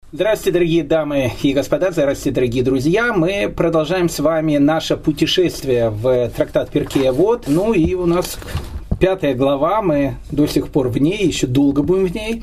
Здравствуйте, дорогие дамы и господа, здравствуйте, дорогие друзья. Мы продолжаем с вами наше путешествие в трактат Перкей Авот. Ну и у нас 5 глава, мы до сих пор в ней, еще долго будем в ней.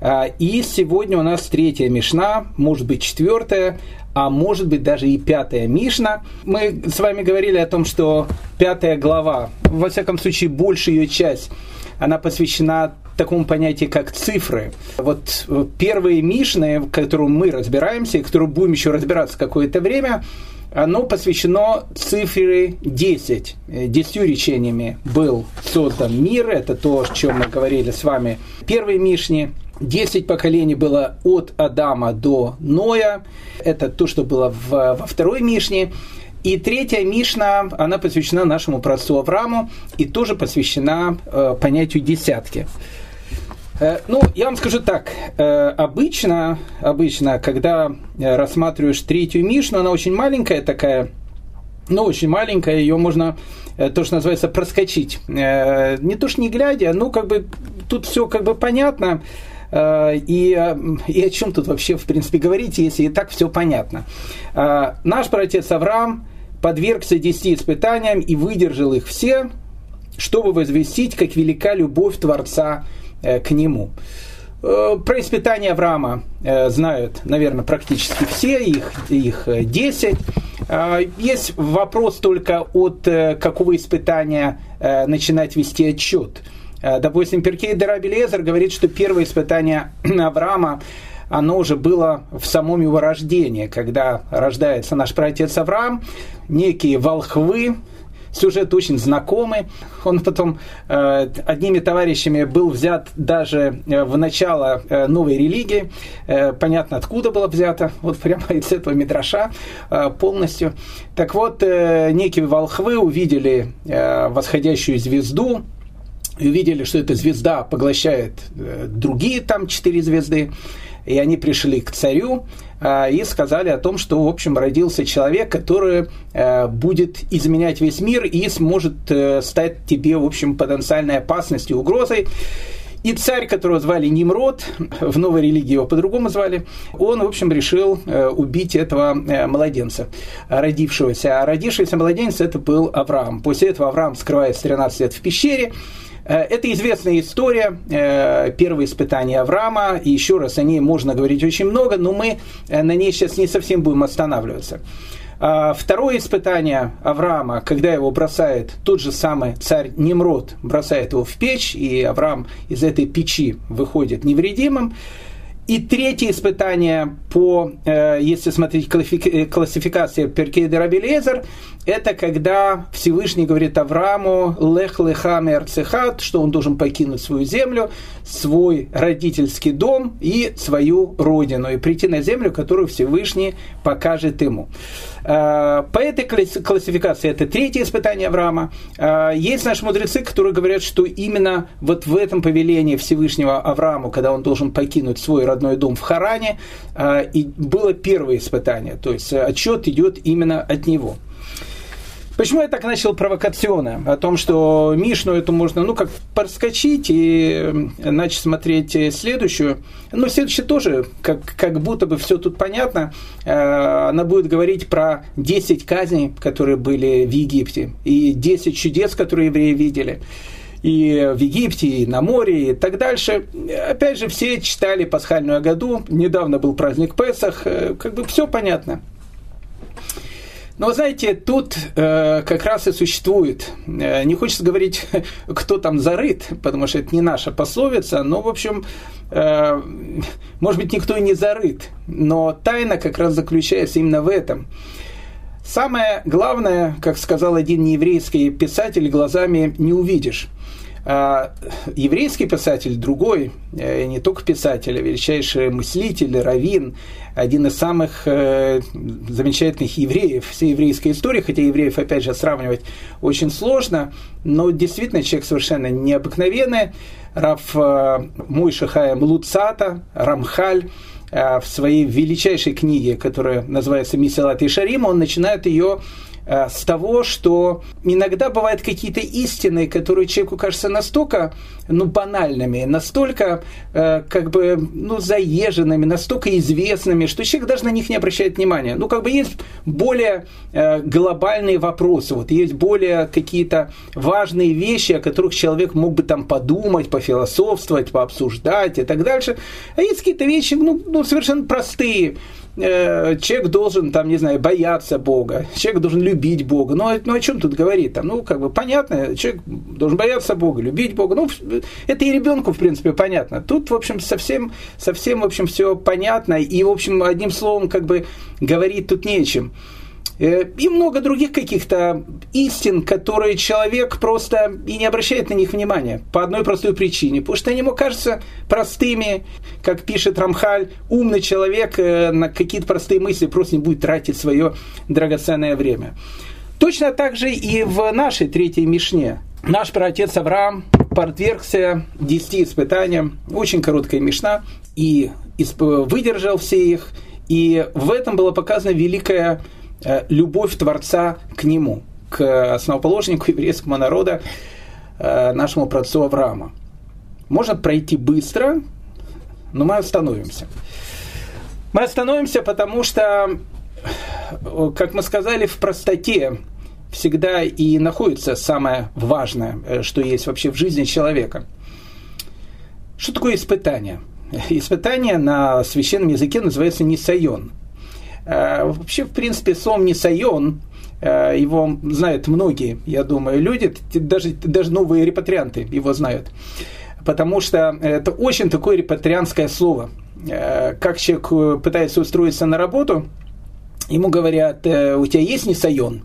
И сегодня у нас 3 Мишна, может быть 4, а может быть даже и 5 Мишна. Мы с вами говорили о том, что 5 глава, во всяком случае большая ее часть, она посвящена такому понятию, как цифры. Вот первые Мишны, в котором мы разбираемся, и в котором будем еще разбираться какое-то время, оно посвящено цифре 10. 10 речениями был создан мир. Это то, о чем мы говорили с вами в первой Мишне. 10 поколений было от Адама до Ноя. Это то, что было во второй Мишне. И 3 Мишна, она посвящена нашему праотцу Аврааму и тоже посвящена понятию десятки. Ну, я вам скажу так, обычно, когда рассматриваешь 3 Мишну, она очень маленькая такая, очень маленькая, ее можно, то, что называется, проскочить. Не то, что не глядя, тут все понятно. И о чем тут вообще, в принципе, говорить, если и так все понятно. Наш праотец Авраам подвергся 10 испытаниям и выдержал их все, чтобы возвестить, как велика любовь Творца к нему. Про испытания Авраама знают, наверное, практически все, их 10. Есть вопрос только от какого испытания начинать вести отчет. Допустим, Перкей Раби Элиэзер говорит, что первое испытание Авраама, оно уже было в самом его рождении, когда рождается наш праотец Авраам, некие волхвы, сюжет очень знакомый. Он потом одними товарищами был взят даже в начало новой религии. Понятно, откуда было взято. Вот прямо из этого мидраша полностью. Так вот, некие волхвы увидели восходящую звезду, и увидели, что эта звезда поглощает другие 4 звезды. И они пришли к царю и сказали о том, что, в общем, родился человек, который будет изменять весь мир и сможет стать тебе, в общем, потенциальной опасностью, угрозой. И царь, которого звали Нимрод, в новой религии его по-другому звали, он, в общем, решил убить этого младенца, родившегося. А родившийся младенец – это был Авраам. После этого Авраам скрывается 13 лет в пещере. Это известная история, первое испытание Авраама, и еще раз о ней можно говорить очень много, но мы на ней сейчас не совсем будем останавливаться. Второе испытание Авраама, когда его бросает тот же самый царь Нимрод, бросает его в печь, и Авраам из этой печи выходит невредимым. И 3 испытание если смотреть классификацию Перкей Раби Элиэзер, это когда Всевышний говорит Аврааму «Лех леха меарцеха», что он должен покинуть свою землю, свой родительский дом и свою родину, и прийти на землю, которую Всевышний покажет ему. По этой классификации это 3 испытание Авраама. Есть наши мудрецы, которые говорят, что именно вот в этом повелении Всевышнего Аврааму, когда он должен покинуть свой родной дом в Харане, и было первое испытание, то есть отчет идет именно от него. Почему я так начал провокационно? О том, что Мишну эту можно, проскочить и начать смотреть следующую. Но следующая тоже, как будто бы все тут понятно. Она будет говорить про 10 казней, которые были в Египте, и 10 чудес, которые евреи видели. И в Египте, и на море, и так дальше. Опять же, все читали пасхальную Агаду. Недавно был праздник Песах. Все понятно. Но, знаете, тут как раз и существует, не хочется говорить, кто там зарыт, потому что это не наша пословица, но, в общем, может быть, никто и не зарыт, но тайна как раз заключается именно в этом. Самое главное, как сказал один нееврейский писатель, глазами не увидишь. Еврейский писатель, другой, не только писатель, а величайший мыслитель, раввин, один из самых замечательных евреев всей еврейской истории, хотя евреев, опять же, сравнивать очень сложно, но действительно человек совершенно необыкновенный, Рав Мойше Хаим Луцата, Рамхаль, в своей величайшей книге, которая называется «Месилат Ешарим», он начинает ее с того, что иногда бывают какие-то истины, которые человеку кажутся настолько банальными, настолько заезженными, настолько известными, что человек даже на них не обращает внимания. Есть более глобальные вопросы, есть более какие-то важные вещи, о которых человек мог бы там подумать, пофилософствовать, пообсуждать и так дальше. А есть какие-то вещи, совершенно простые. Человек должен, бояться Бога, человек должен любить Бога. О чем тут говорить? Понятно, человек должен бояться Бога, любить Бога. Это и ребенку, в принципе, понятно. Тут, в общем, совсем все понятно. И, в общем, одним словом, говорить тут нечем. И много других каких-то истин, которые человек просто и не обращает на них внимания по одной простой причине, потому что они ему кажутся простыми, как пишет Рамхаль, умный человек на какие-то простые мысли просто не будет тратить свое драгоценное время. Точно так же и в нашей третьей Мишне. Наш праотец Авраам подвергся 10 испытаниям, очень короткая Мишна, и выдержал все их, и в этом была показана великая любовь Творца к нему, к основоположнику еврейского народа, нашему праотцу Авраама. Можно пройти быстро, но мы остановимся. Мы остановимся, потому что, как мы сказали, в простоте всегда и находится самое важное, что есть вообще в жизни человека. Что такое испытание? Испытание на священном языке называется нисайон. Вообще, в принципе, слово «нисайон», его знают многие, я думаю, люди, даже новые репатрианты его знают, потому что это очень такое репатрианское слово. Как человек пытается устроиться на работу, ему говорят: у тебя есть нисайон?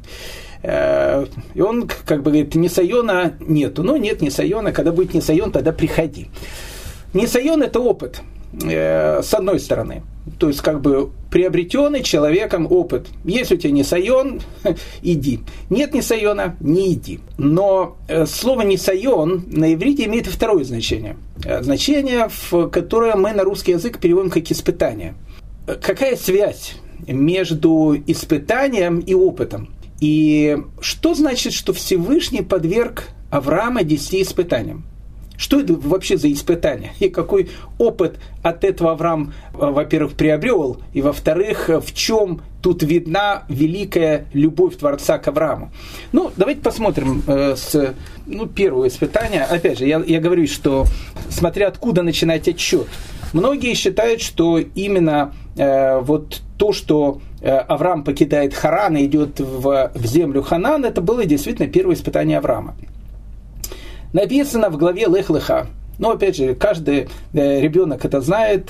И он говорит: нисайона нету. Нет нисайона, когда будет нисайон, тогда приходи. Нисайон – это опыт, с одной стороны. То есть, приобретенный человеком опыт. Есть у тебя нисайон, иди. Нет нисайона, не иди. Но слово нисайон на иврите имеет и второе значение. Значение, которое мы на русский язык переводим как испытание. Какая связь между испытанием и опытом? И что значит, что Всевышний подверг Авраама 10 испытаниям? Что это вообще за испытание? И какой опыт от этого Авраам, во-первых, приобрел, и, во-вторых, в чем тут видна великая любовь Творца к Аврааму? Давайте посмотрим первое испытание. Опять же, я говорю, что смотря откуда начинать отчет. Многие считают, что именно то, что Авраам покидает Харан и идет в землю Ханан, это было действительно первое испытание Авраама. Написано в главе Лех-Леха. Опять же, каждый ребенок это знает.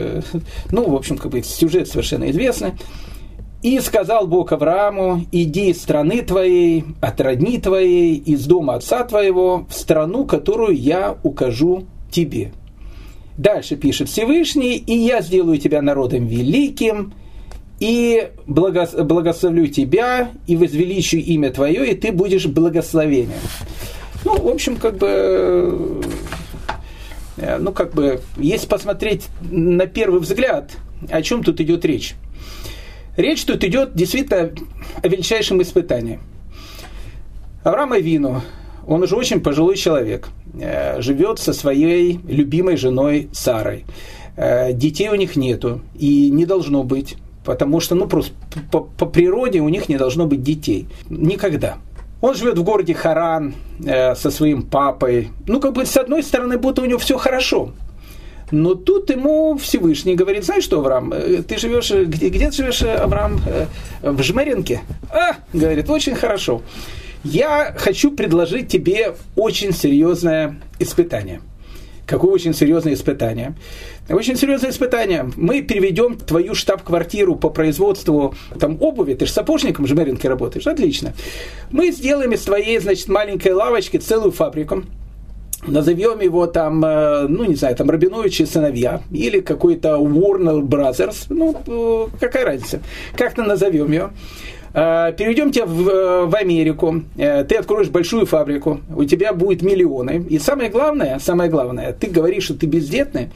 Сюжет совершенно известный. «И сказал Бог Аврааму: иди из страны твоей, от родни твоей, из дома отца твоего, в страну, которую я укажу тебе». Дальше пишет Всевышний: «И я сделаю тебя народом великим, и благословлю тебя, и возвеличу имя твое, и ты будешь благословением». Если посмотреть на первый взгляд, о чем тут идет речь. Речь тут идет действительно о величайшем испытании. Авраам Авину, он уже очень пожилой человек, живет со своей любимой женой Сарой. Детей у них нету и не должно быть, потому что просто по природе у них не должно быть детей. Никогда. Он живет в городе Харан со своим папой. С одной стороны, будто у него все хорошо. Но тут ему Всевышний говорит: знаешь что, Авраам, ты живешь, где ты живешь, Авраам? В Жмеринке? Говорит, очень хорошо. Я хочу предложить тебе очень серьезное испытание. Какое очень серьезное испытание? Очень серьезное испытание. Мы переведем твою штаб-квартиру по производству обуви. Ты же сапожником в Жмеринке работаешь. Отлично. Мы сделаем из твоей, маленькой лавочки целую фабрику. Назовем его Рабинович и сыновья. Или какой-то Warner Brothers. Какая разница? Как-то назовем ее. Переведем тебя в Америку, ты откроешь большую фабрику, у тебя будет миллионы. И самое главное, ты говоришь, что ты бездетный,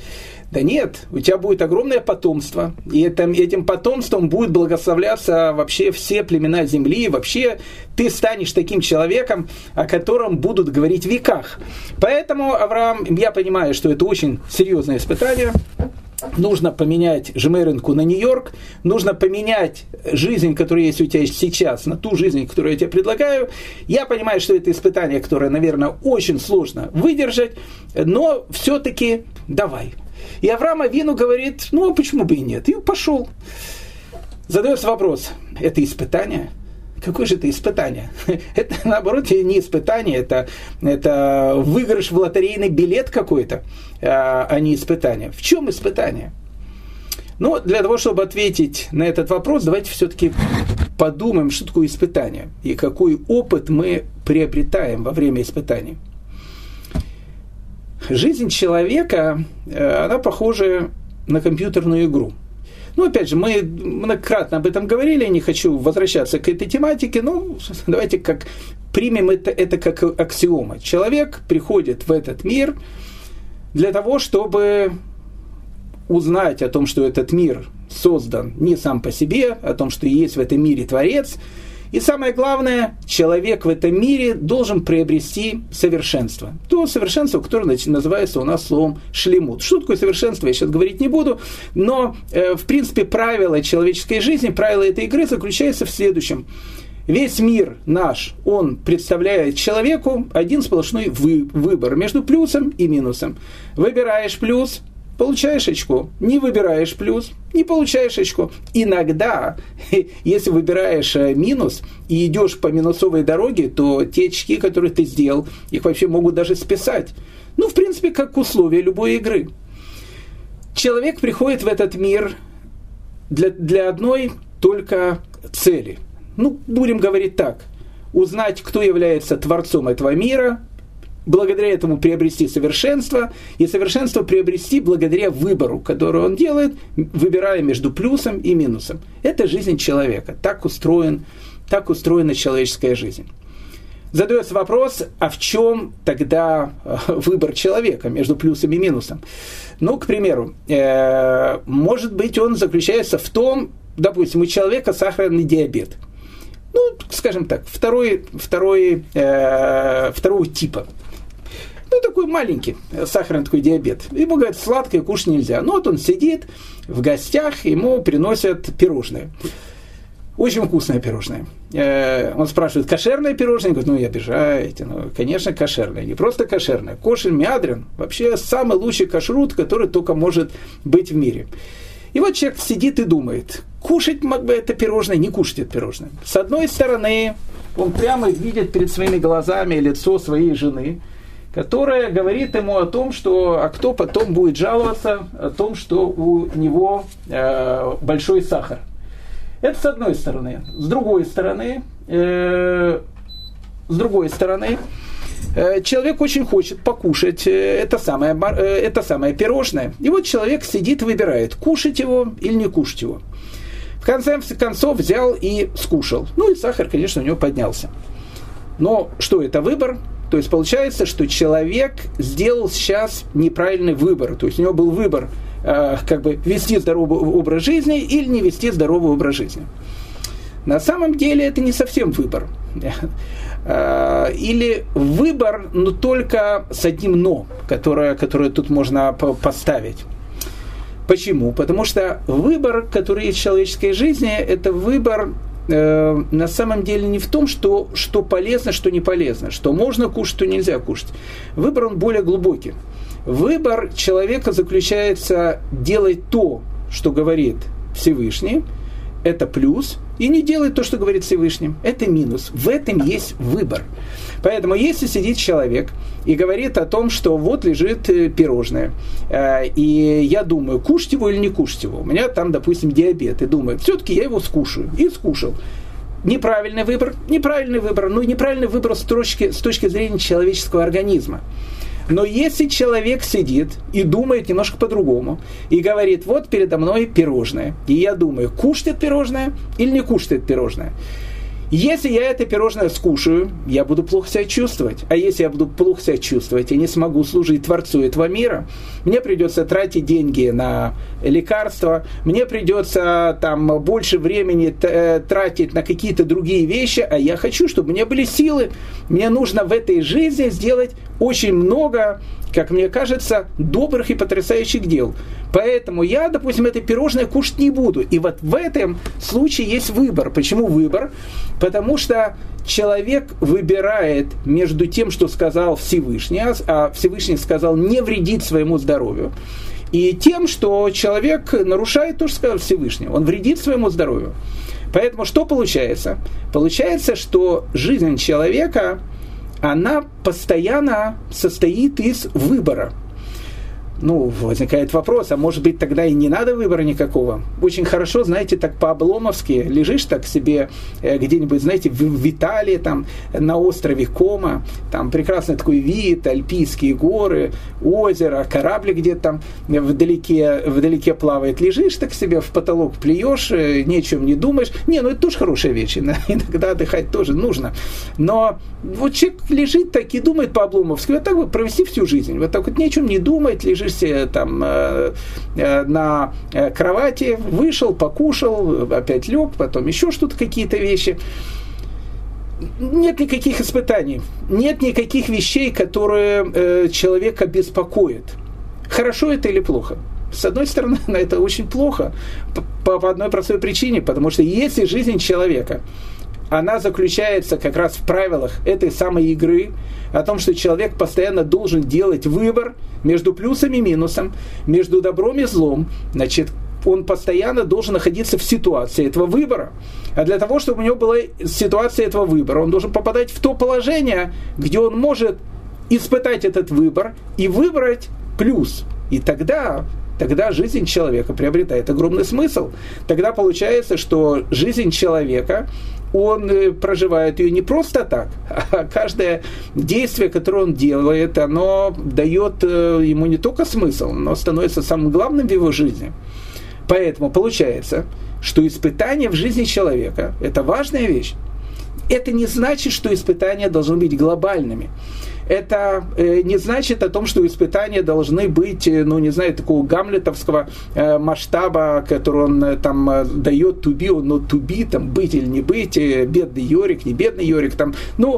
Да нет, у тебя будет огромное потомство, и этим потомством будет благословляться вообще все племена земли, и вообще ты станешь таким человеком, о котором будут говорить в веках. Поэтому, Авраам, я понимаю, что это очень серьезное испытание. Нужно поменять жмеринку на Нью-Йорк, нужно поменять жизнь, которая есть у тебя сейчас, на ту жизнь, которую я тебе предлагаю. Я понимаю, что это испытание, которое, наверное, очень сложно выдержать, но все-таки давай. И Авраам Авину говорит, ну а почему бы и нет? И пошел. Задается вопрос, это испытание? Какое же это испытание? Это, наоборот, не испытание, это выигрыш в лотерейный билет какой-то, а не испытание. В чем испытание? Ну, для того, чтобы ответить на этот вопрос, давайте все-таки подумаем, что такое испытание и какой опыт мы приобретаем во время испытаний. Жизнь человека, она похожа на компьютерную игру. Ну, опять же, мы многократно об этом говорили, я не хочу возвращаться к этой тематике, но давайте примем это как аксиома. Человек приходит в этот мир для того, чтобы узнать о том, что этот мир создан не сам по себе, о том, что есть в этом мире Творец. И самое главное, человек в этом мире должен приобрести совершенство. То совершенство, которое называется у нас словом шлемут. Что такое совершенство, я сейчас говорить не буду, но, в принципе, правило человеческой жизни, правило этой игры заключается в следующем. Весь мир наш, он представляет человеку один сплошной выбор между плюсом и минусом. Выбираешь плюс, получаешь очко, не выбираешь плюс, не получаешь очко. Иногда, если выбираешь минус и идешь по минусовой дороге, то те очки, которые ты сделал, их вообще могут даже списать. Ну, в принципе, как условие любой игры. Человек приходит в этот мир для одной только цели. Ну, будем говорить так. Узнать, кто является творцом этого мира, благодаря этому приобрести совершенство, и совершенство приобрести благодаря выбору, который он делает, выбирая между плюсом и минусом. Это жизнь человека. Так устроена человеческая жизнь. Задается вопрос, а в чем тогда выбор человека между плюсом и минусом? Ну, к примеру, может быть, он заключается в том, допустим, у человека сахарный диабет. Ну, скажем так, второго типа. Ну, такой маленький сахарный такой диабет. Ему говорят, сладкое кушать нельзя. Ну, вот он сидит в гостях, ему приносят пирожные. Очень вкусное пирожное. Он спрашивает, кошерное пирожное? Он говорит, ну, и обижаете. Ну, конечно, кошерное. Не просто кошерное. Кошель мядрин. Вообще самый лучший кашрут, который только может быть в мире. И вот человек сидит и думает, кушать это пирожное, не кушать это пирожное. С одной стороны, он прямо видит перед своими глазами лицо своей жены, которая говорит ему о том, что кто потом будет жаловаться о том, что у него большой сахар. Это с одной стороны. С другой стороны, человек очень хочет покушать это самое пирожное. И вот человек сидит и выбирает, кушать его или не кушать его. В конце концов взял и скушал. Ну и сахар, конечно, у него поднялся. Но что это выбор? То есть получается, что человек сделал сейчас неправильный выбор. То есть у него был выбор вести здоровый образ жизни или не вести здоровый образ жизни. На самом деле это не совсем выбор. Или выбор, но только с одним «но», которое тут можно поставить. Почему? Потому что выбор, который есть в человеческой жизни, это выбор на самом деле не в том, что полезно, что не полезно, что можно кушать, что нельзя кушать. Выбор, он более глубокий. Выбор человека заключается делать то, что говорит Всевышний, это плюс, и не делать то, что говорит Всевышний, это минус. В этом есть выбор. Поэтому если сидит человек и говорит о том, что вот лежит пирожное, и я думаю, кушать его или не кушать его, у меня там, допустим, диабет, и думаю, все-таки я его скушаю, и скушал. Неправильный выбор, но неправильный выбор с точки зрения человеческого организма. Но если человек сидит и думает немножко по-другому, и говорит, вот передо мной пирожное, и я думаю, кушать это пирожное или не кушать это пирожное, Если я это пирожное скушаю, я буду плохо себя чувствовать. А если я буду плохо себя чувствовать, я не смогу служить Творцу этого мира. Мне придется тратить деньги на лекарства, мне придется там больше времени тратить на какие-то другие вещи, а я хочу, чтобы у меня были силы. Мне нужно в этой жизни сделать очень много, как мне кажется, добрых и потрясающих дел. Поэтому я, допустим, это пирожное кушать не буду. И вот в этом случае есть выбор. Почему выбор? Потому что человек выбирает между тем, что сказал Всевышний, а Всевышний сказал не вредить своему здоровью, и тем, что человек нарушает то, что сказал Всевышний. Он вредит своему здоровью. Поэтому что получается? Получается, что жизнь человека, она постоянно состоит из выбора. Возникает вопрос, а может быть тогда и не надо выбора никакого? Очень хорошо, знаете, так по-обломовски лежишь так себе где-нибудь, знаете, в Италии, там, на острове Кома, там прекрасный такой вид, альпийские горы, озеро, корабль где-то там вдалеке плавает. Лежишь так себе, в потолок плюешь, ни о чем не думаешь. Это тоже хорошая вещь, иногда отдыхать тоже нужно. Но вот человек лежит так и думает по-обломовски, вот так вот провести всю жизнь, вот так вот ни о чем не думать, лежишь там на кровати, вышел, покушал, опять лег, потом еще что-то, какие-то вещи. Нет никаких испытаний, нет никаких вещей, которые человека беспокоят. Хорошо это или плохо? С одной стороны, это очень плохо, по одной простой причине, потому что если жизнь человека, она заключается как раз в правилах этой самой игры, о том, что человек постоянно должен делать выбор между плюсом и минусом, между добром и злом, значит, он постоянно должен находиться в ситуации этого выбора. А для того, чтобы у него была ситуация этого выбора, он должен попадать в то положение, где он может испытать этот выбор и выбрать плюс. И тогда жизнь человека приобретает огромный смысл. Тогда получается, что жизнь человека, он проживает ее не просто так, а каждое действие, которое он делает, оно дает ему не только смысл, но становится самым главным в его жизни. Поэтому получается, что испытания в жизни человека – это важная вещь. Это не значит, что испытания должны быть глобальными. Это не значит о том, что испытания должны быть, такого гамлетовского масштаба, который он там дает to be or not to be, там, быть или не быть, бедный Йорик, не бедный Йорик. Там.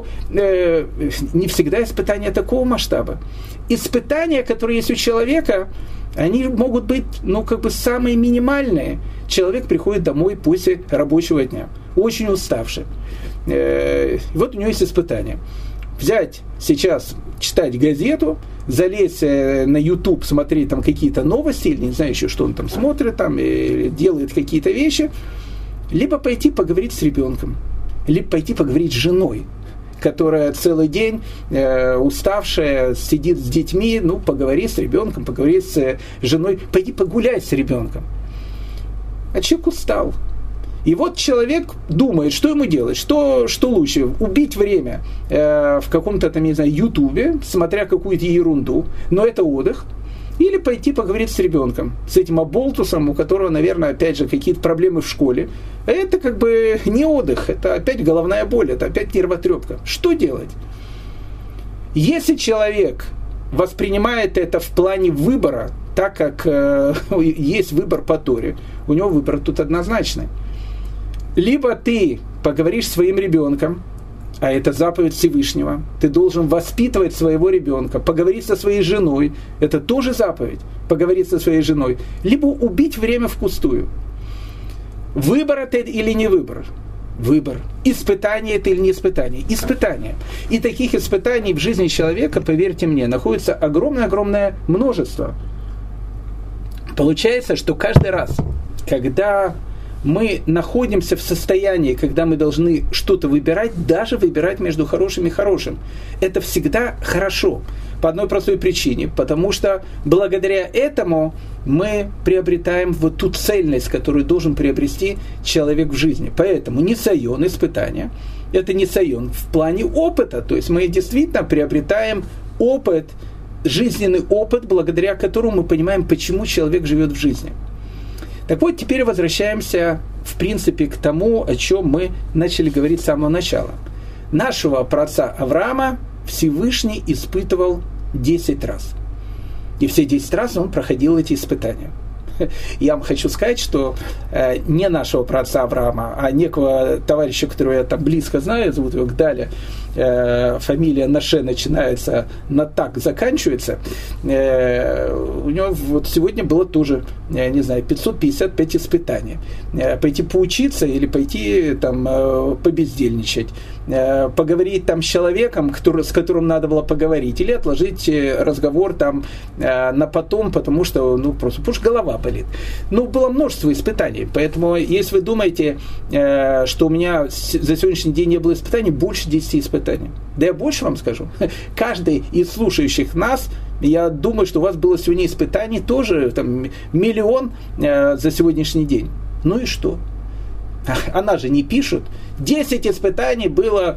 Не всегда испытания такого масштаба. Испытания, которые есть у человека, они могут быть, самые минимальные. Человек приходит домой после рабочего дня, очень уставший. Вот у него есть испытание. Взять сейчас, читать газету, залезть на YouTube, смотреть там какие-то новости, или не знаю еще, что он там смотрит, там, или делает какие-то вещи, либо пойти поговорить с ребенком, либо пойти поговорить с женой, которая целый день уставшая, сидит с детьми, поговори с ребенком, поговори с женой, пойди погулять с ребенком. А человек устал. И вот человек думает, что ему делать, что лучше, убить время в каком-то там, Ютубе, смотря какую-то ерунду, но это отдых, или пойти поговорить с ребенком, с этим оболтусом, у которого, наверное, опять же, какие-то проблемы в школе. Это не отдых, это опять головная боль, это опять нервотрепка. Что делать? Если человек воспринимает это в плане выбора, так как есть выбор по Торе, у него выбор тут однозначный. Либо ты поговоришь с своим ребенком, а это заповедь Всевышнего, ты должен воспитывать своего ребенка, поговорить со своей женой, это тоже заповедь, поговорить со своей женой, либо убить время впустую. Выбор это или не выбор? Выбор. Испытание это или не испытание? Испытание. И таких испытаний в жизни человека, поверьте мне, находится огромное-огромное множество. Получается, что каждый раз, когда мы находимся в состоянии, когда мы должны что-то выбирать, даже выбирать между хорошим и хорошим. Это всегда хорошо. По одной простой причине. Потому что благодаря этому мы приобретаем вот ту цельность, которую должен приобрести человек в жизни. Поэтому ницайон, испытание, это ницайон в плане опыта. То есть мы действительно приобретаем опыт, жизненный опыт, благодаря которому мы понимаем, почему человек живет в жизни. Так вот, теперь возвращаемся в принципе, к тому, о чем мы начали говорить с самого начала. Нашего праотца Авраама Всевышний испытывал 10 раз. И все 10 раз он проходил эти испытания. Я вам хочу сказать, что не нашего праотца Авраама, а некого товарища, которого я там близко знаю, зовут его Гдаля, фамилия Наше начинается, на так заканчивается. У него вот сегодня было тоже, я не знаю, 555 испытаний. Пойти поучиться или пойти там побездельничать, поговорить там с человеком, с которым надо было поговорить, или отложить разговор там на потом, потому что, просто потому что голова болит. Было множество испытаний, поэтому если вы думаете, что у меня за сегодняшний день не было испытаний, больше 10 испытаний. Да я больше вам скажу. Каждый из слушающих нас, я думаю, что у вас было сегодня испытаний тоже там, 1 миллион за сегодняшний день. Ну и что? Она же не пишет. 10 испытаний было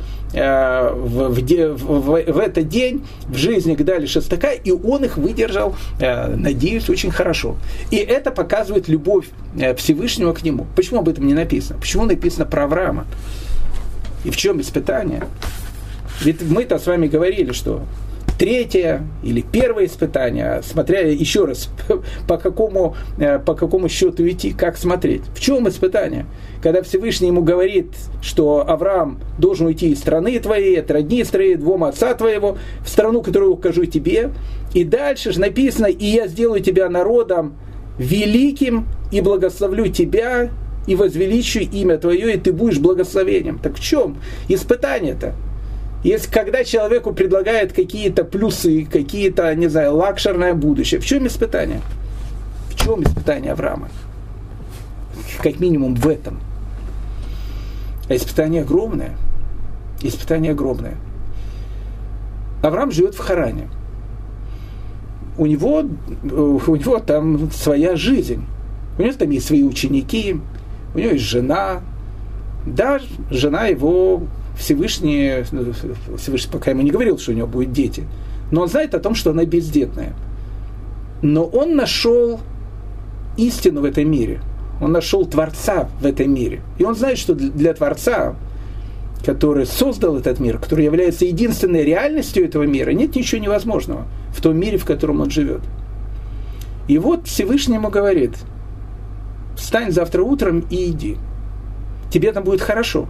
в этот день в жизни Гдали Шестака, и он их выдержал, надеюсь, очень хорошо. И это показывает любовь Всевышнего к нему. Почему об этом не написано? Почему написано про Авраама? И в чем испытание? Ведь мы-то с вами говорили, что третье или первое испытание, смотря еще раз, по какому счету идти, как смотреть. В чем испытание? Когда Всевышний ему говорит, что Авраам должен уйти из страны твоей, от родни твоей, двум отца твоего, в страну, которую укажу тебе. И дальше же написано, и я сделаю тебя народом великим, и благословлю тебя, и возвеличу имя твое, и ты будешь благословением. Так в чем испытание-то? Если когда человеку предлагают какие-то плюсы, какие-то, не знаю, лакшерное будущее, в чем испытание? В чем испытание Авраама? Как минимум в этом. А испытание огромное. Испытание огромное. Авраам живет в Харане. У него там своя жизнь. У него там есть свои ученики, у него есть жена. Да, жена его... Всевышний пока ему не говорил, что у него будут дети, но он знает о том, что она бездетная. Но он нашел истину в этом мире. Он нашел Творца в этом мире. И он знает, что для Творца, который создал этот мир, который является единственной реальностью этого мира, нет ничего невозможного в том мире, в котором он живет. И вот Всевышний ему говорит: встань завтра утром и иди. Тебе там будет хорошо.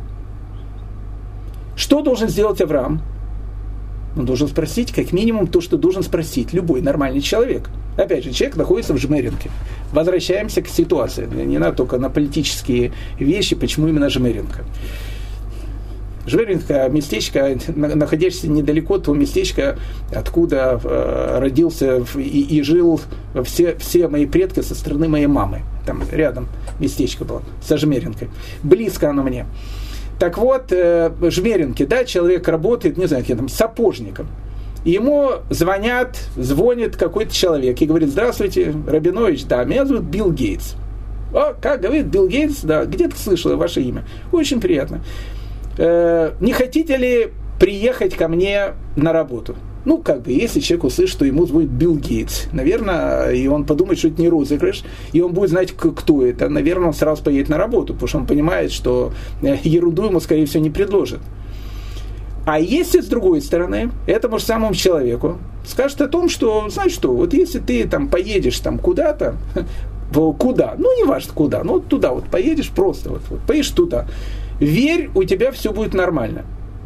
Что должен сделать Авраам? Он должен спросить, как минимум, то, что должен спросить любой нормальный человек. Опять же, человек находится в Жмеринке. Возвращаемся к ситуации. Не надо только на политические вещи, почему именно Жмеринка. Жмеринка – местечко, находящееся недалеко от того местечка, откуда родился и жил все мои предки со стороны моей мамы. Там рядом местечко было, со Жмеринкой. Близко оно мне. Так вот, в Жмеринке, да, человек работает, не знаю, там, сапожником. И ему звонит какой-то человек и говорит: здравствуйте, Рабинович, да, меня зовут Билл Гейтс. О, как говорит Билл Гейтс, да, где-то слышал ваше имя. Очень приятно. Не хотите ли приехать ко мне на работу? Если человек услышит, что ему звонит Билл Гейтс, наверное, и он подумает, что это не розыгрыш, и он будет знать, кто это, наверное, он сразу поедет на работу, потому что он понимает, что ерунду ему, скорее всего, не предложат. А если с другой стороны, этому же самому человеку скажет о том, что, знаешь что, вот если ты там поедешь там куда-то, куда, не важно куда, туда вот поедешь просто, вот поедешь туда, верь, у тебя все будет нормально.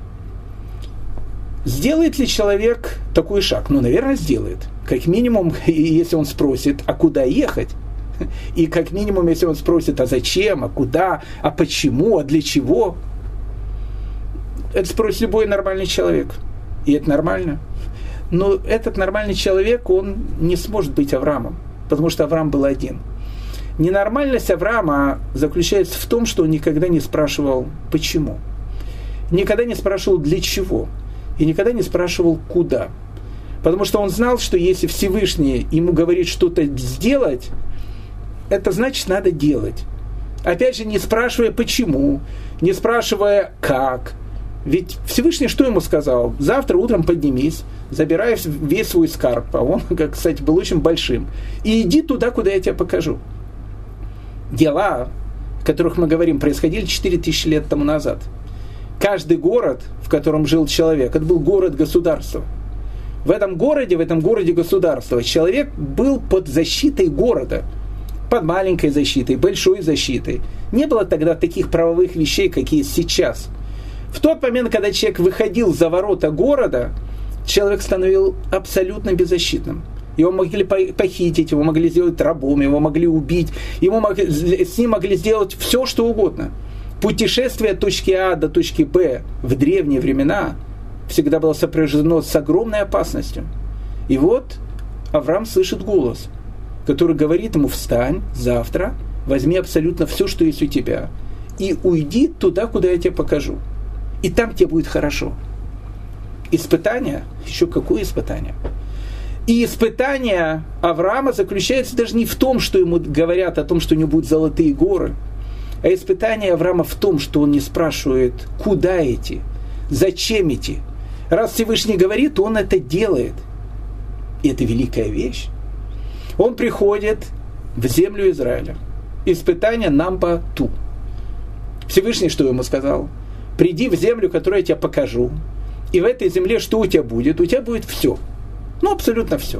Сделает ли человек такой шаг? Наверное, сделает. Как минимум, если он спросит, а куда ехать? И как минимум, если он спросит, а зачем, а куда, а почему, а для чего? Это спросит любой нормальный человек. И это нормально. Но этот нормальный человек, он не сможет быть Авраамом, потому что Авраам был один. Ненормальность Авраама заключается в том, что он никогда не спрашивал, почему. Никогда не спрашивал, для чего. И никогда не спрашивал, куда. Потому что он знал, что если Всевышний ему говорит что-то сделать, это значит, надо делать. Опять же, не спрашивая, почему, не спрашивая, как. Ведь Всевышний что ему сказал? Завтра утром поднимись, забирай весь свой скарб, а он, кстати, был очень большим, и иди туда, куда я тебе покажу. Дела, о которых мы говорим, происходили 4000 лет тому назад. Каждый город, в котором жил человек, это был город-государство. В этом городе-государства человек был под защитой города. Под маленькой защитой, большой защитой. Не было тогда таких правовых вещей, какие сейчас. В тот момент, когда человек выходил за ворота города, человек становился абсолютно беззащитным. Его могли похитить, его могли сделать рабом, его могли убить, с ним могли сделать все, что угодно. Путешествие от точки А до точки Б в древние времена всегда было сопряжено с огромной опасностью. И вот Авраам слышит голос, который говорит ему: встань завтра, возьми абсолютно все, что есть у тебя, и уйди туда, куда я тебе покажу. И там тебе будет хорошо. Испытание, еще какое испытание? И испытание Авраама заключается даже не в том, что ему говорят о том, что у него будут золотые горы, а испытание Авраама в том, что он не спрашивает, куда идти, зачем идти. Раз Всевышний говорит, то он это делает. И это великая вещь. Он приходит в землю Израиля. Испытание number 2. Всевышний что ему сказал? Приди в землю, которую я тебе покажу. И в этой земле что у тебя будет? У тебя будет все. Ну, абсолютно все.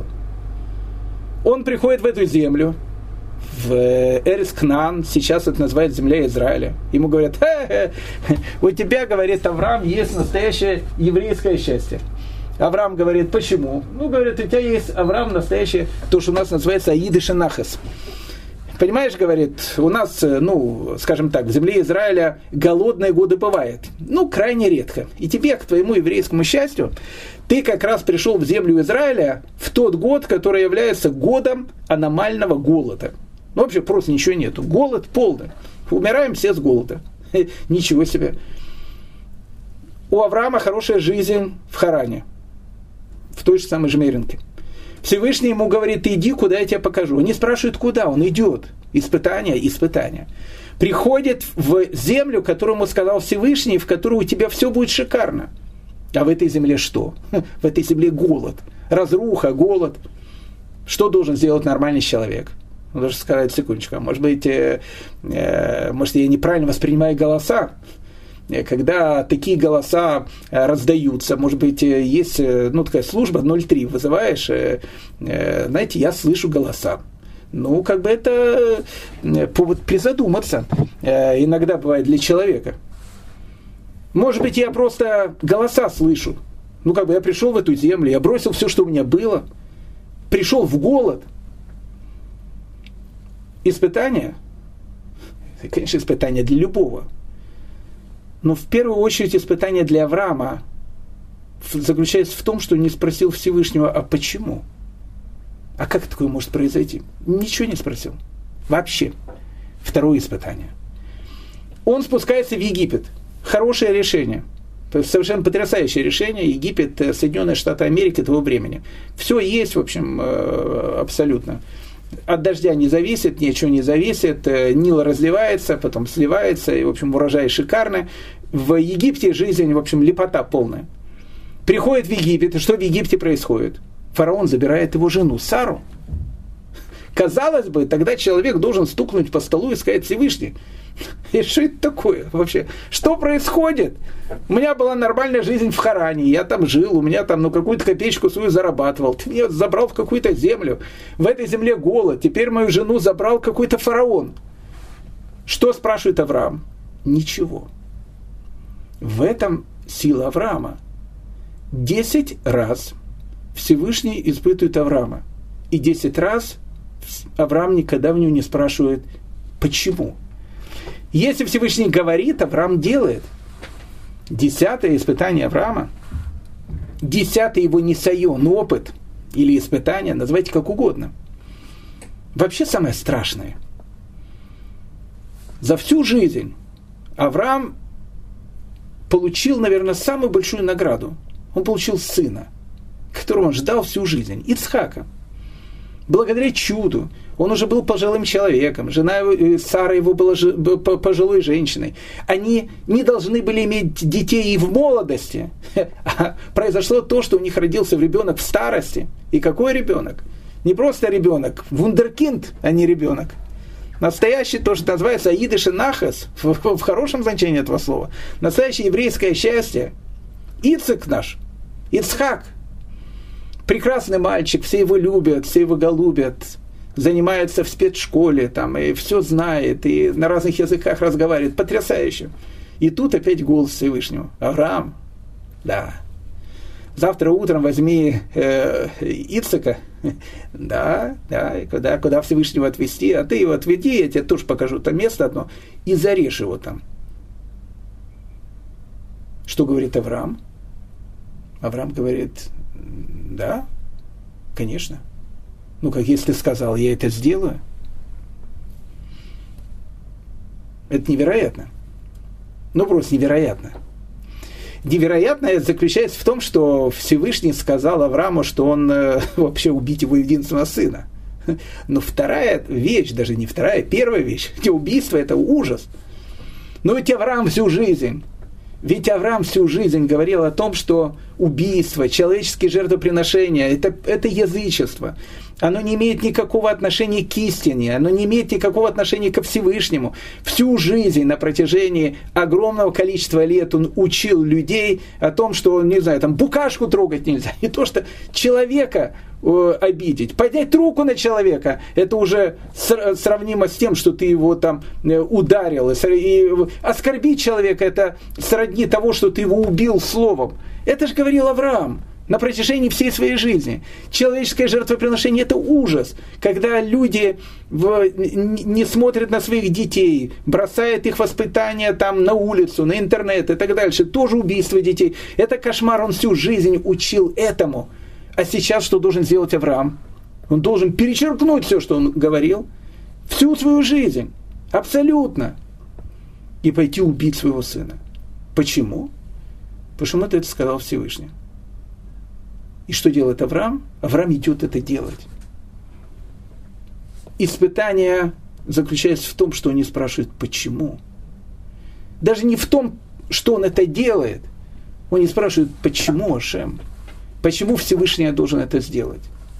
Он приходит в эту землю, в Эрец Кнаан, сейчас это называется земля Израиля. Ему говорят: у тебя, говорит Авраам, есть настоящее еврейское счастье. Авраам говорит: почему? Ну, говорит, у тебя есть, Авраам, настоящее, то, что у нас называется Аидыш и Нахас. Понимаешь, говорит, у нас, скажем так, в земле Израиля голодные годы бывают. Крайне редко. И тебе, к твоему еврейскому счастью, ты как раз пришел в землю Израиля в тот год, который является годом аномального голода. Вообще просто ничего нету. Голод полный. Умираем все с голода. Ничего себе. У Авраама хорошая жизнь в Харане. В той же самой Жмеринке. Всевышний ему говорит: ты иди, куда я тебе покажу. Он не спрашивает, куда, он идет. Испытание. Приходит в землю, которую ему сказал Всевышний, в которой у тебя все будет шикарно. А в этой земле что? В этой земле голод, разруха, голод. Что должен сделать нормальный человек? Он должен сказать: секундочку, может быть, я неправильно воспринимаю голоса. Когда такие голоса раздаются, может быть, есть такая служба 03, вызываешь, знаете, я слышу голоса. Это повод призадуматься. Иногда бывает для человека. Может быть, я просто голоса слышу. Я пришел в эту землю, я бросил все, что у меня было, пришел в голод. Испытание, конечно, испытание для любого. Но в первую очередь испытание для Авраама заключается в том, что он не спросил Всевышнего: а почему? А как такое может произойти? Ничего не спросил. Вообще. Второе испытание. Он спускается в Египет. Хорошее решение. То есть совершенно потрясающее решение. Египет, Соединенные Штаты Америки того времени. Все есть, в общем, абсолютно. От дождя не зависит, ничего не зависит. Нил разливается, потом сливается, и, в общем, урожай шикарный. В Египте жизнь, в общем, лепота полная. Приходит в Египет, и что в Египте происходит? Фараон забирает его жену Сару. Казалось бы, тогда человек должен стукнуть по столу и сказать: Всевышний, и что это такое вообще? Что происходит? У меня была нормальная жизнь в Харане, я там жил, у меня там какую-то копеечку свою зарабатывал. Ты меня забрал в какую-то землю. В этой земле голод. Теперь мою жену забрал какой-то фараон. Что спрашивает Авраам? Ничего. В этом сила Авраама. 10 раз Всевышний испытывает Авраама. И 10 раз Авраам никогда в него не спрашивает, почему. Если Всевышний говорит, Авраам делает. 10-е испытание Авраама, 10-й его нисайон, опыт или испытание, называйте как угодно. Вообще самое страшное. За всю жизнь Авраам получил, наверное, самую большую награду. Он получил сына, которого он ждал всю жизнь, Ицхака. Благодаря чуду. Он уже был пожилым человеком. Жена Сара его была пожилой женщиной. Они не должны были иметь детей и в молодости. А произошло то, что у них родился ребенок в старости. И какой ребенок? Не просто ребенок, вундеркинд, а не ребенок. Настоящий тоже называется аидыш и нахас, в хорошем значении этого слова. Настоящее еврейское счастье. Ицхак наш, Ицхак, прекрасный мальчик, все его любят, все его голубят, занимается в спецшколе, там, и все знает, и на разных языках разговаривает, потрясающе. И тут опять голос Всевышнего. Авраам, да, завтра утром возьми Ицхака, да, куда Всевышнего отвезти, а ты его отведи, я тебе тоже покажу там место одно, и зарежь его там. Что говорит Авраам? Авраам говорит, да, конечно. Ну, как если сказал, я это сделаю. Это невероятно. Ну, просто невероятно. Невероятное заключается в том, что Всевышний сказал Аврааму, что он вообще убить его единственного сына. Но вторая вещь, даже не вторая, первая вещь, где убийство – это ужас. Но ведь Авраам всю жизнь говорил о том, что убийство, человеческие жертвоприношения – это язычество. Оно не имеет никакого отношения к истине, оно не имеет никакого отношения ко Всевышнему. Всю жизнь на протяжении огромного количества лет он учил людей о том, что, не знаю, там букашку трогать нельзя. И то, что человека обидеть, поднять руку на человека, это уже сравнимо с тем, что ты его там ударил. И оскорбить человека, это сродни того, что ты его убил словом. Это же говорил Авраам на протяжении всей своей жизни. Человеческое жертвоприношение – это ужас, когда люди не смотрят на своих детей, бросают их воспитание там на улицу, на интернет и так дальше. Тоже убийство детей. Это кошмар, он всю жизнь учил этому. А сейчас что должен сделать Авраам? Он должен перечеркнуть все, что он говорил, всю свою жизнь, абсолютно, и пойти убить своего сына. Почему? Потому что это сказал Всевышний. И что делает Авраам? Авраам идет это делать. Испытание заключается в том, что он не спрашивает, почему. Даже не в том, что он это делает. Он не спрашивает, почему, Ашем. Почему Всевышний должен это сделать?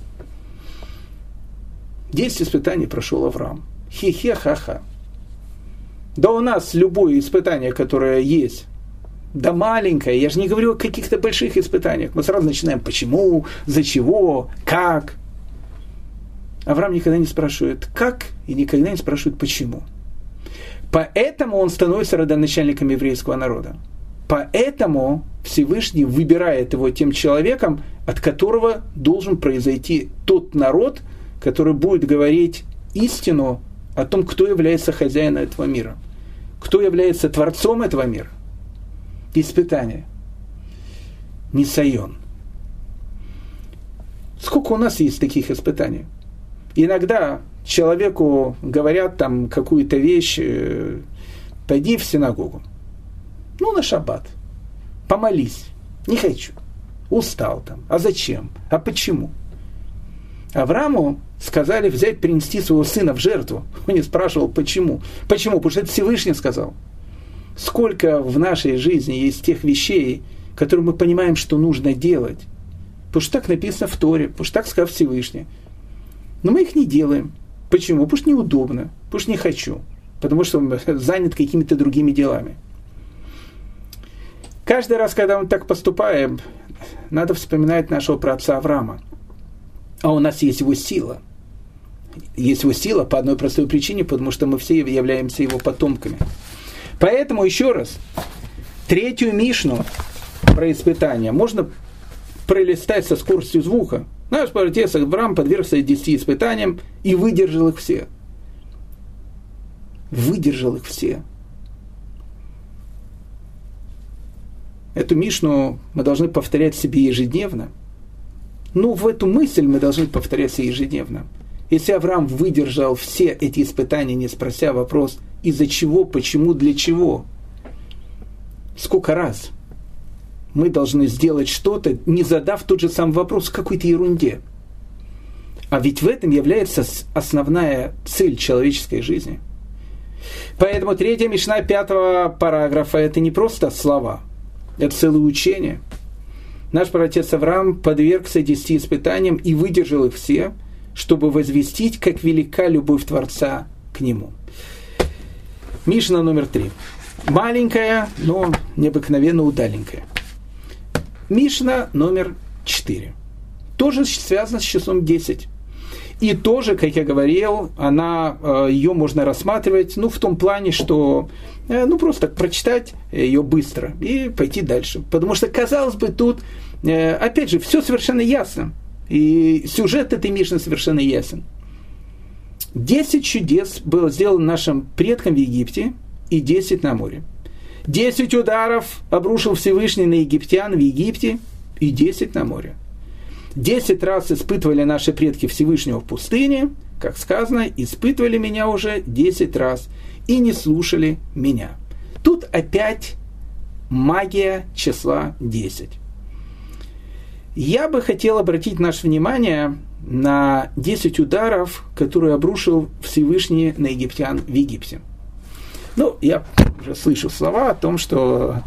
10 испытаний прошел Авраам. Хе-хе-ха-ха. Да у нас любое испытание, которое есть, да маленькое, я же не говорю о каких-то больших испытаниях. Мы сразу начинаем, почему, за чего, как. Авраам никогда не спрашивает, как, и никогда не спрашивает, почему. Поэтому он становится родоначальником еврейского народа. Поэтому Всевышний выбирает его тем человеком, от которого должен произойти тот народ, который будет говорить истину о том, кто является хозяином этого мира, кто является творцом этого мира. Испытание. Нисайон. Сколько у нас есть таких испытаний? Иногда человеку говорят там какую-то вещь, пойди в синагогу. Ну, на шаббат. Помолись. Не хочу. Устал там. А зачем? А почему? Аврааму сказали взять, принести своего сына в жертву. Он не спрашивал, почему. Почему? Потому что это Всевышний сказал. Сколько в нашей жизни есть тех вещей, которые мы понимаем, что нужно делать. Потому что так написано в Торе, потому что так сказал Всевышний. Но мы их не делаем. Почему? Потому что неудобно, потому что не хочу, потому что занят какими-то другими делами. Каждый раз, когда мы так поступаем, надо вспоминать нашего праотца Авраама. А у нас есть его сила. Есть его сила по одной простой причине, потому что мы все являемся его потомками. Поэтому, еще раз, 3 Мишну про испытания можно пролистать со скоростью звука. Наш праотец Авраам подвергся 10 испытаниям и выдержал их все. Выдержал их все. Эту Мишну мы должны повторять себе ежедневно. Ну, в эту мысль мы должны повторять ежедневно. Если Авраам выдержал все эти испытания, не спрося вопрос, из-за чего, почему, для чего, сколько раз мы должны сделать что-то, не задав тот же самый вопрос в какой-то ерунде. А ведь в этом является основная цель человеческой жизни. Поэтому 3 Мишна 5 параграфа – это не просто слова, это целое учение. Наш праотец Авраам подвергся 10 испытаниям и выдержал их все, чтобы возвестить, как велика любовь Творца к нему. Мишна номер 3. Маленькая, но необыкновенно удаленькая. Мишна номер 4. Тоже связана с числом 10. И тоже, как я говорил, ее можно рассматривать, в том плане, что просто так прочитать ее быстро и пойти дальше. Потому что, казалось бы, тут, опять же, все совершенно ясно. И сюжет этой Мишны совершенно ясен. 10 чудес было сделано нашим предкам в Египте и 10 на море. 10 ударов обрушил Всевышний на египтян в Египте и 10 на море. 10 раз испытывали наши предки Всевышнего в пустыне, как сказано, испытывали меня уже 10 раз и не слушали меня. Тут опять магия числа 10. Я бы хотел обратить наше внимание на 10 ударов, которые обрушил Всевышний на египтян в Египте. Я уже слышу слова о том, что...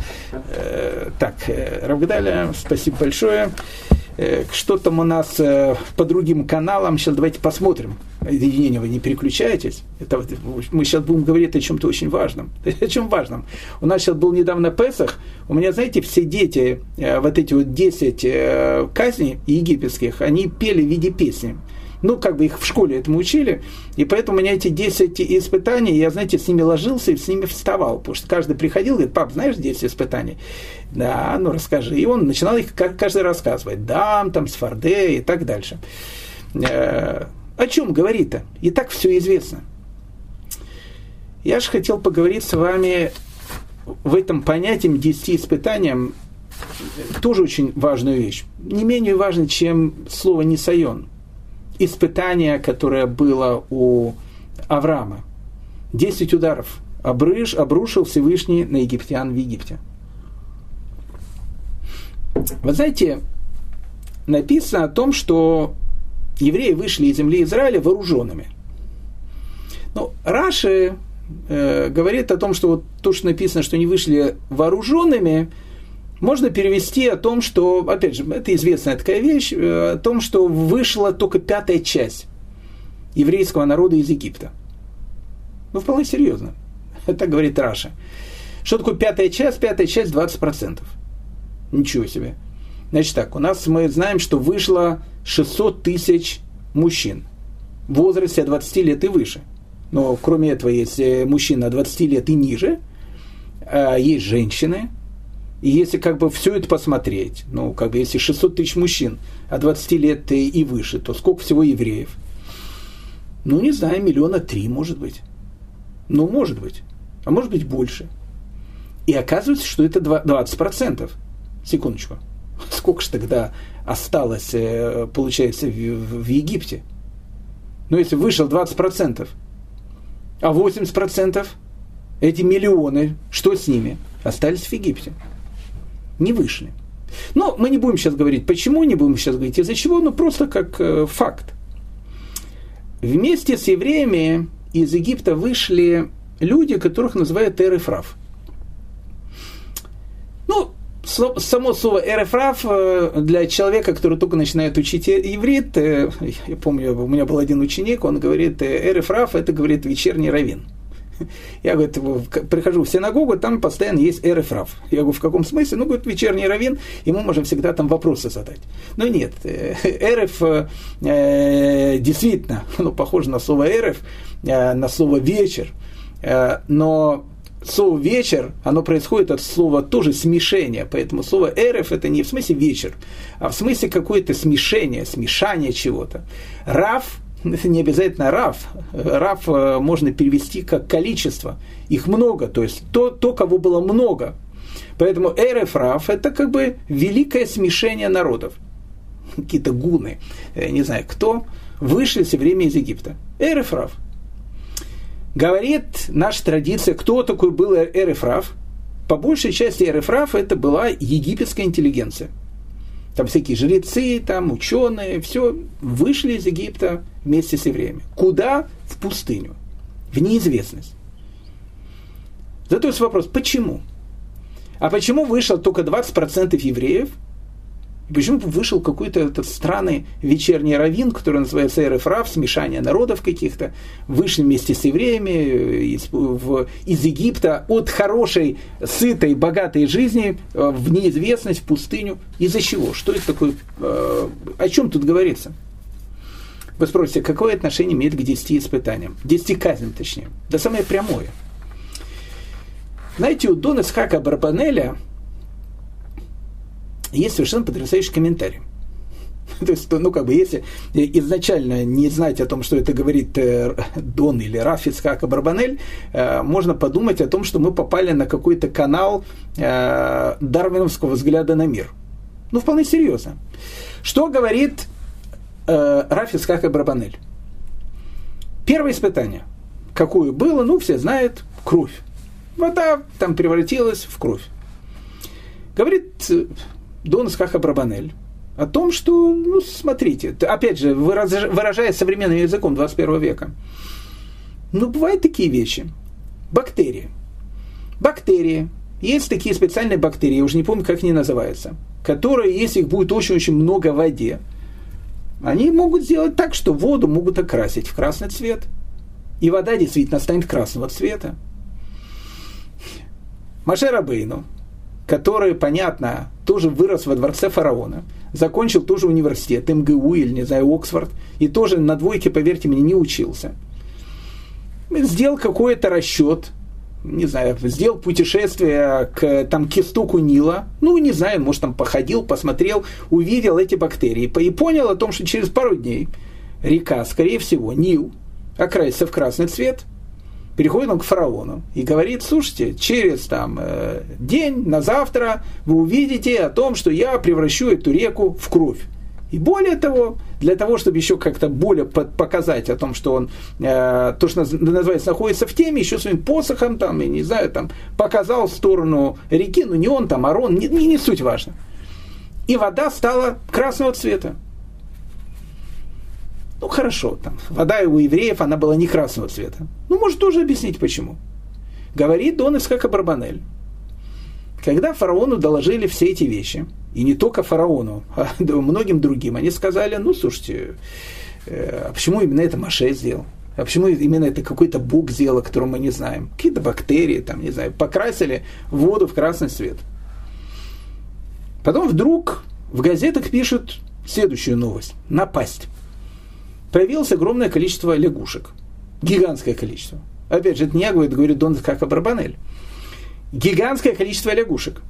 Рав Гедаля, спасибо большое. Что там у нас по другим каналам? Сейчас давайте посмотрим. Единение, вы не переключаетесь. Мы сейчас будем говорить о чем-то очень важном. О чем важном? У нас сейчас был недавно Песах. У меня, знаете, все дети, вот эти 10 казней египетских, они пели в виде песни. Их в школе этому учили, и поэтому у меня эти 10 испытаний, я, знаете, с ними ложился и с ними вставал, потому что каждый приходил и говорит: пап, знаешь 10 испытаний? Да, расскажи. И он начинал их каждый рассказывать. Дам, Сфарде и так дальше. О чем говорит-то? И так все известно. Я же хотел поговорить с вами в этом понятии 10 испытаниям, тоже очень важную вещь. Не менее важно, чем слово «нисайон». Испытание, которое было у Авраама. 10 ударов обрушил Всевышний на египтян в Египте. Вы знаете, написано о том, что евреи вышли из земли Израиля вооруженными. Раши говорит о том, что то, что написано, что они вышли вооруженными, можно перевести о том, что, опять же, это известная такая вещь, о том, что вышла только 5-я часть еврейского народа из Египта. Вполне серьезно. Это говорит Раши. Что такое 5-я часть? 5-я часть 20%. Ничего себе. Значит так, мы знаем, что вышло 600 тысяч мужчин в возрасте от 20 лет и выше. Но кроме этого есть мужчины от 20 лет и ниже, есть женщины. И если все это посмотреть, если 600 тысяч мужчин от 20 лет и выше, то сколько всего евреев? Не знаю, 3 миллиона, может быть. Может быть. А может быть больше. И оказывается, что это 20%. Секундочку. Сколько же тогда осталось, получается, в Египте? Если вышел 20%, а 80%, эти миллионы, что с ними? Остались в Египте. Не вышли. Мы не будем сейчас говорить, почему, не будем сейчас говорить, из-за чего, просто как факт. Вместе с евреями из Египта вышли люди, которых называют Эрефрав. Само слово «эрефрав» для человека, который только начинает учить иврит, я помню, у меня был один ученик, он говорит: «эрефрав» – это, говорит, вечерний раввин. Я, говорит, прихожу в синагогу, там постоянно есть эрефрав. Я говорю: в каком смысле? Говорит, вечерний раввин, ему можно всегда там вопросы задать. Нет, эреф действительно, похоже на слово эреф, на слово вечер, но слово вечер, оно происходит от слова тоже смешение, поэтому слово эреф это не в смысле вечер, а в смысле какое-то смешение чего-то. Рав — это не обязательно рав. Рав можно перевести как количество. Их много, то есть то, кого было много. Поэтому эреф рав — это великое смешение народов. Какие-то гуны, я не знаю кто, вышли все время из Египта. Эреф рав. Говорит наша традиция, кто такой был эреф рав. По большей части эреф рав это была египетская интеллигенция. Там всякие жрецы, ученые, все вышли из Египта вместе с евреями. Куда? В пустыню. В неизвестность. Зато есть вопрос, почему? А почему вышло только 20% евреев? И почему вышел какой-то этот странный вечерний раввин, который называется Эреф Рав, смешание народов каких-то, вышли вместе с евреями из Египта от хорошей, сытой, богатой жизни в неизвестность, в пустыню. Из-за чего? Что это такое? О чем тут говорится? Вы спросите, какое отношение имеет к 10 испытаниям? 10 казням, точнее. Да самое прямое. Знаете, у Дон Ицхака Барбанеля есть совершенно потрясающий комментарий. То есть, если изначально не знать о том, что это говорит Дон или Раф Ицхак Барбанель, можно подумать о том, что мы попали на какой-то канал дарвиновского взгляда на мир. Вполне серьезно. Что говорит Раф Ицхак Барбанель? Первое испытание. Какое было? Все знают, кровь. Вода там превратилась в кровь. Говорит Дон Ицхак Барбанель о том, что, смотрите, опять же, выражая современным языком 21 века, бывают такие вещи. Бактерии. Есть такие специальные бактерии, я уже не помню, как они называются, которые, если их будет очень-очень много в воде, они могут сделать так, что воду могут окрасить в красный цвет. И вода действительно станет красного цвета. Моше Рабейну, который, понятно, тоже вырос во дворце фараона, закончил тоже университет, МГУ или, не знаю, Оксфорд, и тоже на двойке, поверьте мне, не учился. Сделал какой-то расчет, не знаю, сделал путешествие к истоку Нила, не знаю, может, там походил, посмотрел, увидел эти бактерии, и понял о том, что через пару дней река, скорее всего, Нил, окрасится в красный цвет. Переходит он к фараону и говорит: слушайте, через день, на завтра вы увидите о том, что я превращу эту реку в кровь. И более того, для того, чтобы еще как-то более показать о том, что он, то, что называется, находится в теме, еще своим посохом, показал в сторону реки, не он, Арон, не суть важно. И вода стала красного цвета. Хорошо, вода у евреев, она была не красного цвета. Может тоже объяснить, почему. Говорит Дон Ицхак Барбанель. Когда фараону доложили все эти вещи, и не только фараону, а многим другим, они сказали: слушайте, а почему именно это Моше сделал? А почему именно это какой-то Бог сделал, которого мы не знаем? Какие-то бактерии, покрасили воду в красный цвет. Потом вдруг в газетах пишут следующую новость. Напасть. Появилось огромное количество лягушек. Гигантское количество. Опять же, это не я говорю, это говорит Дон Ицхак Барбанель. Гигантское количество лягушек.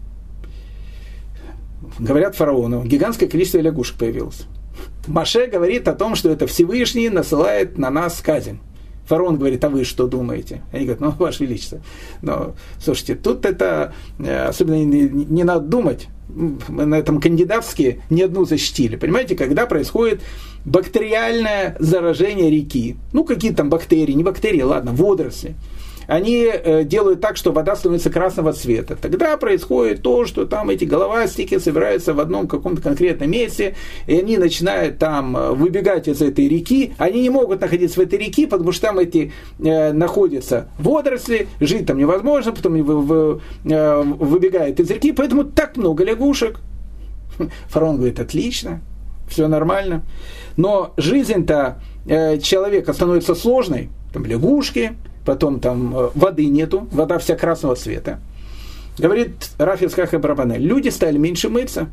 Говорят фараону, гигантское количество лягушек появилось. Моше говорит о том, что это Всевышний насылает на нас казнь. Фараон говорит: а вы что думаете? Они говорят: Ваше Величество. Но, слушайте, тут это особенно не надо думать. Мы на этом кандидатские ни одну защитили. Понимаете, когда происходит бактериальное заражение реки, какие там бактерии, не бактерии, ладно, водоросли, они делают так, что вода становится красного цвета. Тогда происходит то, что эти головастики собираются в одном каком-то конкретном месте, и они начинают выбегать из этой реки. Они не могут находиться в этой реке, потому что там находятся водоросли, жить там невозможно, потом выбегают из реки, поэтому так много лягушек. Фараон говорит: отлично, все нормально. Но жизнь-то человека становится сложной. Лягушки, потом воды нету, вода вся красного цвета. Говорит Раф Ицхак Барбанель: люди стали меньше мыться.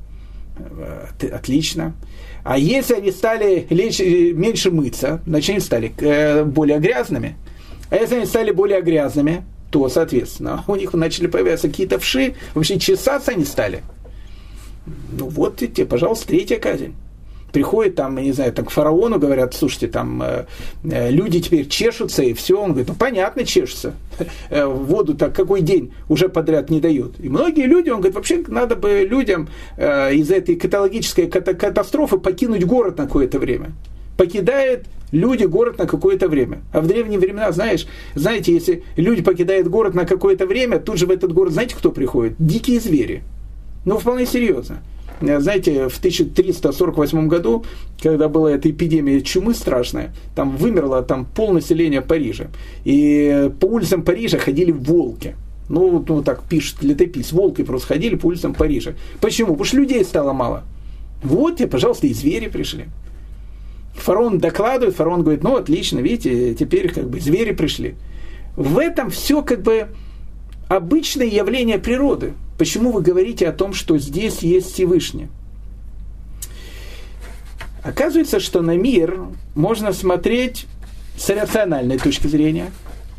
Отлично. А если они стали меньше мыться, значит, они стали более грязными. А если они стали более грязными, то, соответственно, у них начали появляться какие-то вши, вообще чесаться они стали. Вот тебе, пожалуйста, третья казнь. Приходит к фараону, говорят: слушайте, люди теперь чешутся, и все. Он говорит: понятно, чешутся. Воду-то какой день уже подряд не дают. И многие люди, он говорит, вообще надо бы людям из-за этой экологической катастрофы покинуть город на какое-то время. Покидают люди город на какое-то время. А в древние времена, знаете, если люди покидают город на какое-то время, тут же в этот город, знаете, кто приходит? Дикие звери. Вполне серьезно. Знаете, в 1348 году, когда была эта эпидемия чумы страшная, там вымерло полнаселение Парижа. И по улицам Парижа ходили волки. Так пишет летопись. Волки просто ходили по улицам Парижа. Почему? Потому что людей стало мало. Вот тебе, пожалуйста, и звери пришли. Фараон докладывает, фараон говорит, ну, отлично, видите, теперь как бы звери пришли. В этом все как бы обычное явление природы. Почему вы говорите о том, что здесь есть Всевышний? Оказывается, что на мир можно смотреть с рациональной точки зрения,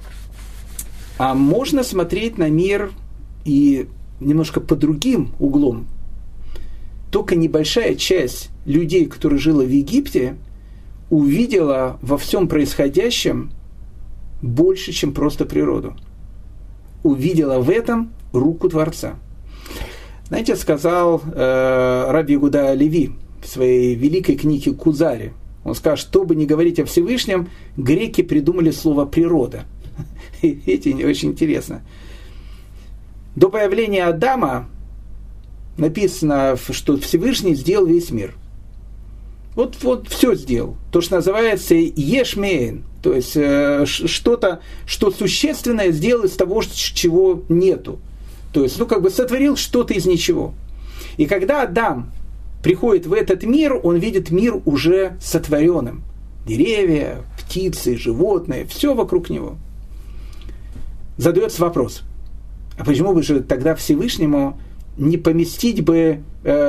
а можно смотреть на мир и немножко по другим углом. Только небольшая часть людей, которые жила в Египте, увидела во всем происходящем больше, чем просто природу. Увидела в этом руку Творца. Знаете, сказал Раби Иуда Алеви в своей великой книге «Кузари». Он сказал, чтобы не говорить о Всевышнем, греки придумали слово «природа». Видите, очень интересно. До появления Адама написано, что Всевышний сделал весь мир. Вот все сделал. То, что называется ешмейн, то есть что-то, что существенное сделал из того, чего нету. То есть, сотворил что-то из ничего. И когда Адам приходит в этот мир, он видит мир уже сотворенным. Деревья, птицы, животные, все вокруг него. Задается вопрос, а почему бы же тогда Всевышнему не поместить бы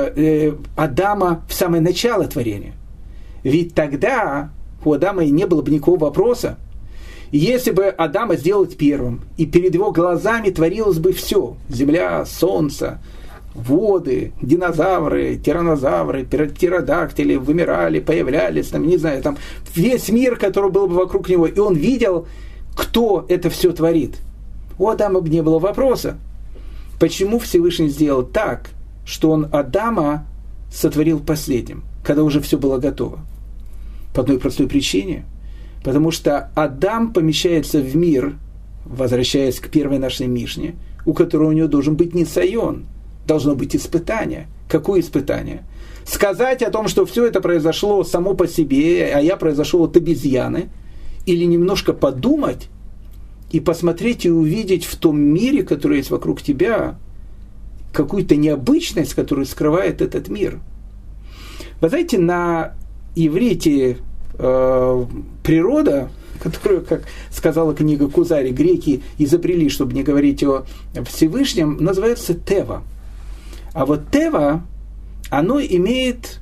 Адама в самое начало творения? Ведь тогда у Адама и не было бы никакого вопроса. Если бы Адама сделать первым, и перед его глазами творилось бы все, земля, солнце, воды, динозавры, тираннозавры, птеродактили вымирали, появлялись, весь мир, который был бы вокруг него, и он видел, кто это все творит. У Адама бы не было вопроса. Почему Всевышний сделал так, что он Адама сотворил последним, когда уже все было готово? По одной простой причине. Потому что Адам помещается в мир, возвращаясь к первой нашей Мишне, у которого у него должен быть нисайон, должно быть испытание. Какое испытание? Сказать о том, что все это произошло само по себе, а я произошел от обезьяны, или немножко подумать и посмотреть и увидеть в том мире, который есть вокруг тебя, какую-то необычность, которую скрывает этот мир. Вы знаете, на иврите природа, которую, как сказала книга Кузари, греки изобрели, чтобы не говорить о Всевышнем, называется тева. А вот тева, оно имеет,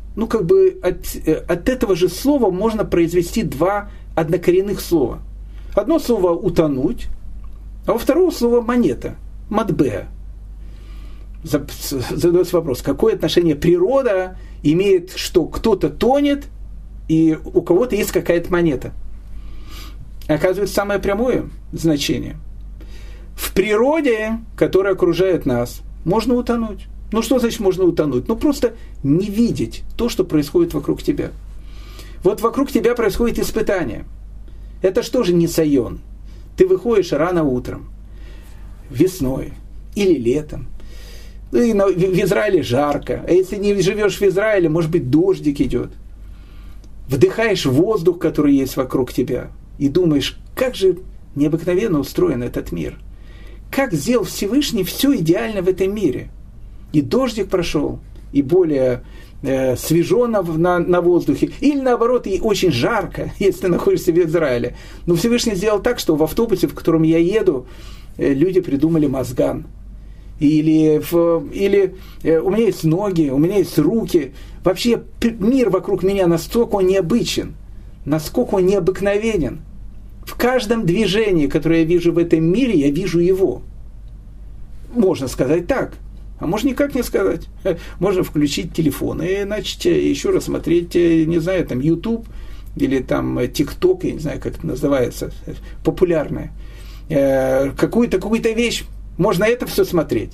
от этого же слова можно произвести два однокоренных слова. Одно слово «утонуть», а во второго слова «монета», «матбеа». Задается вопрос, какое отношение природа имеет, что кто-то тонет, и у кого-то есть какая-то монета. Оказывается, самое прямое значение. В природе, которая окружает нас, можно утонуть. Что значит можно утонуть? Просто не видеть то, что происходит вокруг тебя. Вот вокруг тебя происходит испытание. Это что же нисайон? Ты выходишь рано утром, весной или летом. В Израиле жарко. А если не живешь в Израиле, может быть, дождик идет. Вдыхаешь воздух, который есть вокруг тебя, и думаешь, как же необыкновенно устроен этот мир. Как сделал Всевышний все идеально в этом мире. И дождик прошел, и более свежо на воздухе, или наоборот, и очень жарко, если ты находишься в Израиле. Но Всевышний сделал так, что в автобусе, в котором я еду, люди придумали мазган. Или у меня есть ноги, у меня есть руки. Вообще мир вокруг меня настолько он необычен, насколько он необыкновенен. В каждом движении, которое я вижу в этом мире, я вижу его. Можно сказать так, а можно никак не сказать. Можно включить телефон и начать еще раз смотреть, не знаю, YouTube или TikTok, я не знаю, как это называется, популярное. Какую-то вещь. Можно это все смотреть.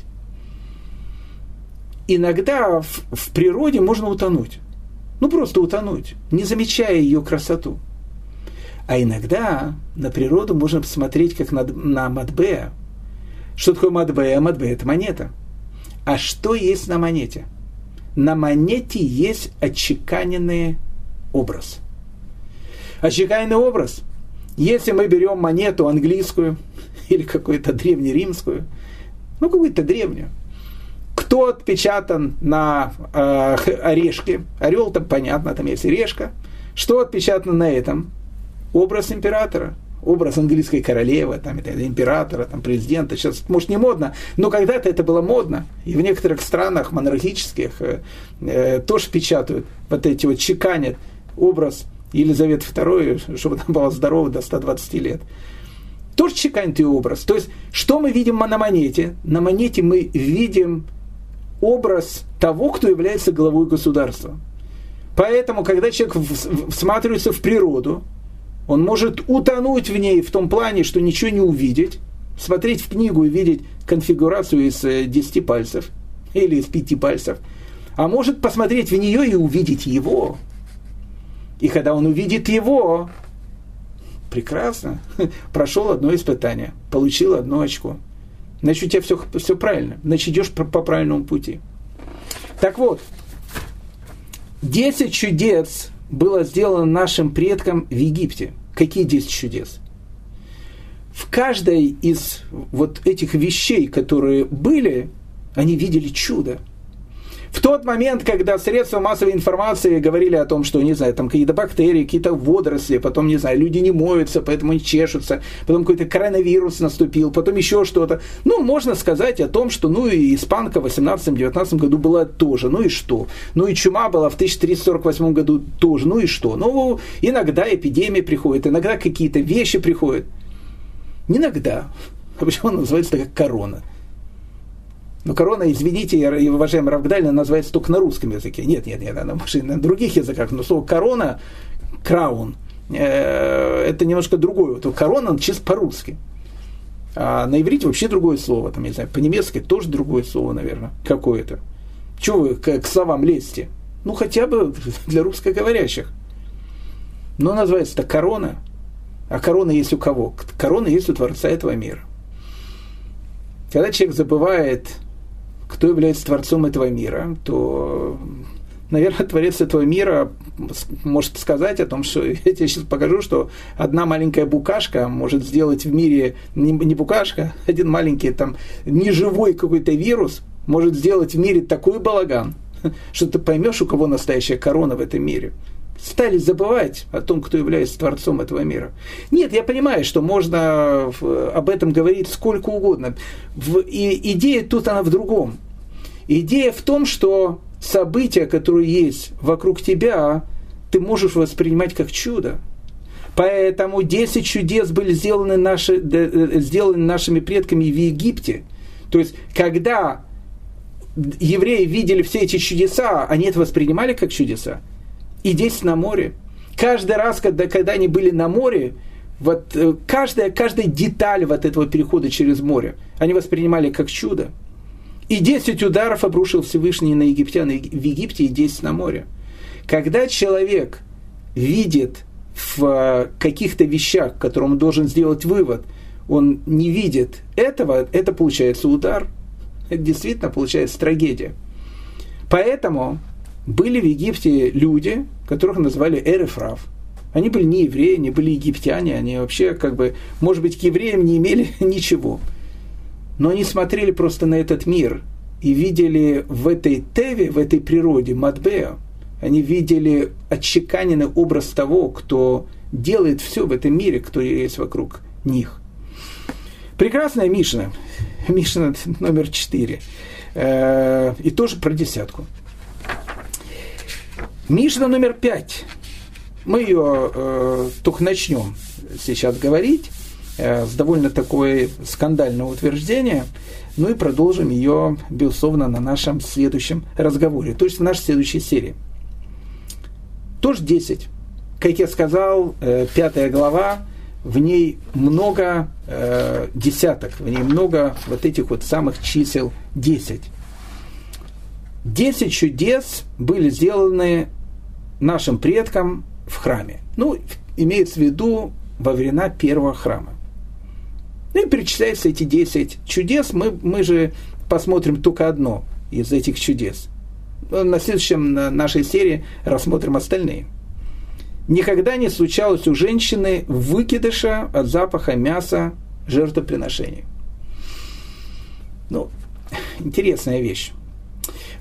Иногда в природе можно утонуть. Просто утонуть, не замечая ее красоту. А иногда на природу можно посмотреть как на матбеа. Что такое матбеа? Матбеа – это монета. А что есть на монете? На монете есть отчеканенный образ. Отчеканенный образ. Если мы берем монету английскую или какую-то древнеримскую, какую-то древнюю, кто Что отпечатан на орешке? Орел, там понятно, там есть решка. Что отпечатано на этом? Образ императора. Образ английской королевы, там, императора, там, президента. Сейчас, может, не модно, но когда-то это было модно. И в некоторых странах монархических тоже печатают, вот эти вот чеканят образ Елизаветы II, чтобы она была здорова до 120 лет. Тоже чеканит ее образ. То есть, что мы видим на монете? На монете мы видим образ того, кто является главой государства. Поэтому, когда человек всматривается в природу, он может утонуть в ней в том плане, что ничего не увидеть, смотреть в книгу и видеть конфигурацию из 10 пальцев или из 5 пальцев, а может посмотреть в нее и увидеть его. И когда он увидит его, прекрасно, прошел одно испытание, получил 1 очко. Значит, у тебя все правильно, значит, идешь по правильному пути. Так вот, 10 чудес было сделано нашим предкам в Египте. Какие 10 чудес? В каждой из вот этих вещей, которые были, они видели чудо. В тот момент, когда средства массовой информации говорили о том, что, не знаю, там какие-то бактерии, какие-то водоросли, потом, не знаю, люди не моются, поэтому не чешутся, потом какой-то коронавирус наступил, потом еще что-то. Ну, можно сказать о том, что, ну, и испанка в 18-19 году была тоже, ну и что? Ну и чума была в 1348 году тоже, ну и что? Ну, иногда эпидемии приходят, иногда какие-то вещи приходят. Не иногда. А почему она называется такая корона? Но корона, извините, уважаемый Рав Гдаль, называется только на русском языке. Нет, она на других языках. Но слово корона, краун, это немножко другое. Вот корона чисто по-русски. А на иврите вообще другое слово. Там, не знаю, по-немецки тоже другое слово, наверное, какое-то. Чего вы к словам лезете? Ну, хотя бы для русскоговорящих. Но называется это корона. А корона есть у кого? Корона есть у Творца этого мира. Когда человек забывает, кто является Творцом этого мира, то, наверное, Творец этого мира может сказать о том, что я тебе сейчас покажу, что одна маленькая букашка может сделать в мире, не букашка, один маленький там неживой какой-то вирус может сделать в мире такой балаган, что ты поймешь, у кого настоящая корона в этом мире. Стали забывать о том, кто является Творцом этого мира. Нет, я понимаю, что можно об этом говорить сколько угодно. И идея тут она в другом. Идея в том, что события, которые есть вокруг тебя, ты можешь воспринимать как чудо. Поэтому 10 чудес были сделаны нашими предками в Египте. То есть, когда евреи видели все эти чудеса, они это воспринимали как чудеса. И 10 на море. Каждый раз, когда они были на море, вот каждая деталь вот этого перехода через море, они воспринимали как чудо. И 10 ударов обрушил Всевышний на египтян в Египте, и 10 на море. Когда человек видит в каких-то вещах, в которых он должен сделать вывод, он не видит этого, это получается удар. Это действительно получается трагедия. Поэтому были в Египте люди, которых называли эрефрав. Они были не евреи, не были египтяне, они вообще, может быть, к евреям не имели ничего. Но они смотрели просто на этот мир и видели в этой теве, в этой природе, матбеа, они видели отчеканенный образ того, кто делает все в этом мире, кто есть вокруг них. Прекрасная Мишна. Мишна номер 4. И тоже про десятку. Мишна номер 5. Мы ее только начнем сейчас говорить с довольно такое скандальное утверждение, ну и продолжим ее, безусловно, на нашем следующем разговоре, то есть в нашей следующей серии. Тоже 10. Как я сказал, 5 глава, в ней много десяток, в ней много вот этих вот самых чисел 10. 10 чудес были сделаны нашим предкам в храме. Ну, имеется в виду во времена первого храма. Ну и перечисляются эти 10 чудес. Мы же посмотрим только одно из этих чудес. На следующем нашей серии рассмотрим остальные. Никогда не случалось у женщины выкидыша от запаха мяса жертвоприношений. Ну, интересная вещь.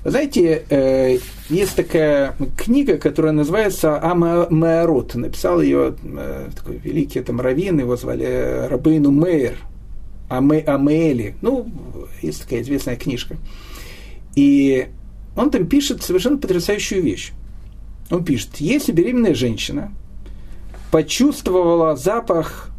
Вы знаете, есть такая книга, которая называется «Ам-Меарот». Написал ее такой великий там раввин, его звали Рабейну Меир, Амели. Ну, есть такая известная книжка. И он там пишет совершенно потрясающую вещь. Он пишет, если беременная женщина почувствовала запах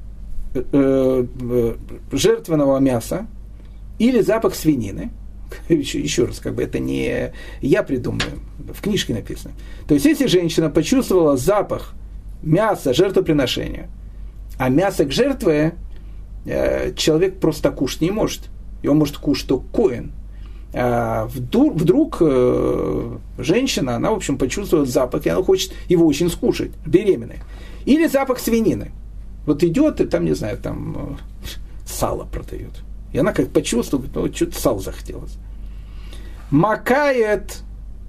жертвенного мяса или запах свинины, еще раз, как бы это не я придумаю, в книжке написано. То есть, если женщина почувствовала запах мяса жертвоприношения, а мясо к жертве человек просто кушать не может. Его может кушать только коэн. А вдруг женщина, она, в общем, почувствует запах, и она хочет его очень скушать, беременная. Или запах свинины. Вот идет, и там, не знаю, там сало продают. И она как почувствует, ну, что-то сало захотелось. Макает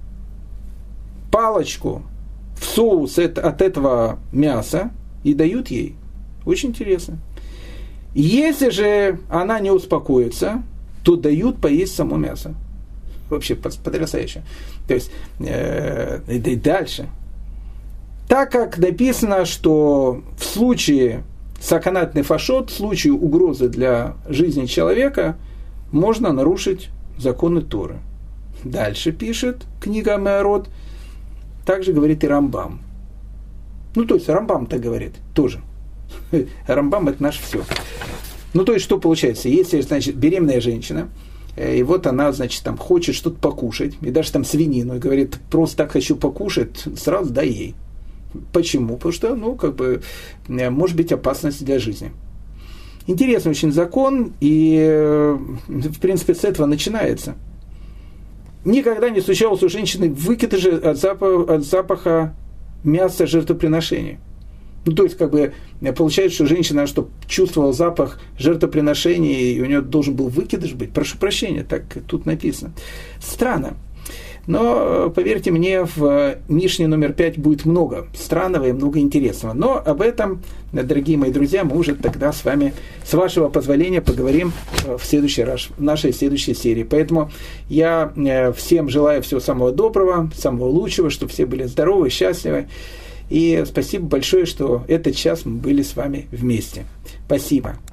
палочку в соус от этого мяса и дают ей. Очень интересно. Если же она не успокоится, то дают поесть само мясо. Вообще потрясающе. То есть, и дальше. Так как написано, что в случае саканат нефашот, в случае угрозы для жизни человека, можно нарушить законы Торы. Дальше пишет книга Меарот, также говорит и Рамбам. Ну, то есть, Рамбам так говорит тоже. Рамбам – это наше все. Ну, то есть, что получается? Если, значит, беременная женщина, и вот она, значит, там хочет что-то покушать, и даже там свинину, и говорит, просто так хочу покушать, сразу дай ей. Почему? Потому что, ну, как бы, может быть опасность для жизни. Интересный очень закон, и, в принципе, с этого начинается. Никогда не случалось у женщины выкидыши от запаха мяса жертвоприношения. Ну, то есть, как бы, получается, что женщина, что чувствовала запах жертвоприношения, и у нее должен был выкидыш быть. Прошу прощения, так тут написано. Странно. Но, поверьте мне, в Мишне номер 5 будет много странного и много интересного. Но об этом, дорогие мои друзья, мы уже тогда с вами, с вашего позволения, поговорим в следующий раз, в нашей следующей серии. Поэтому я всем желаю всего самого доброго, самого лучшего, чтобы все были здоровы, счастливы. И спасибо большое, что этот час мы были с вами вместе. Спасибо.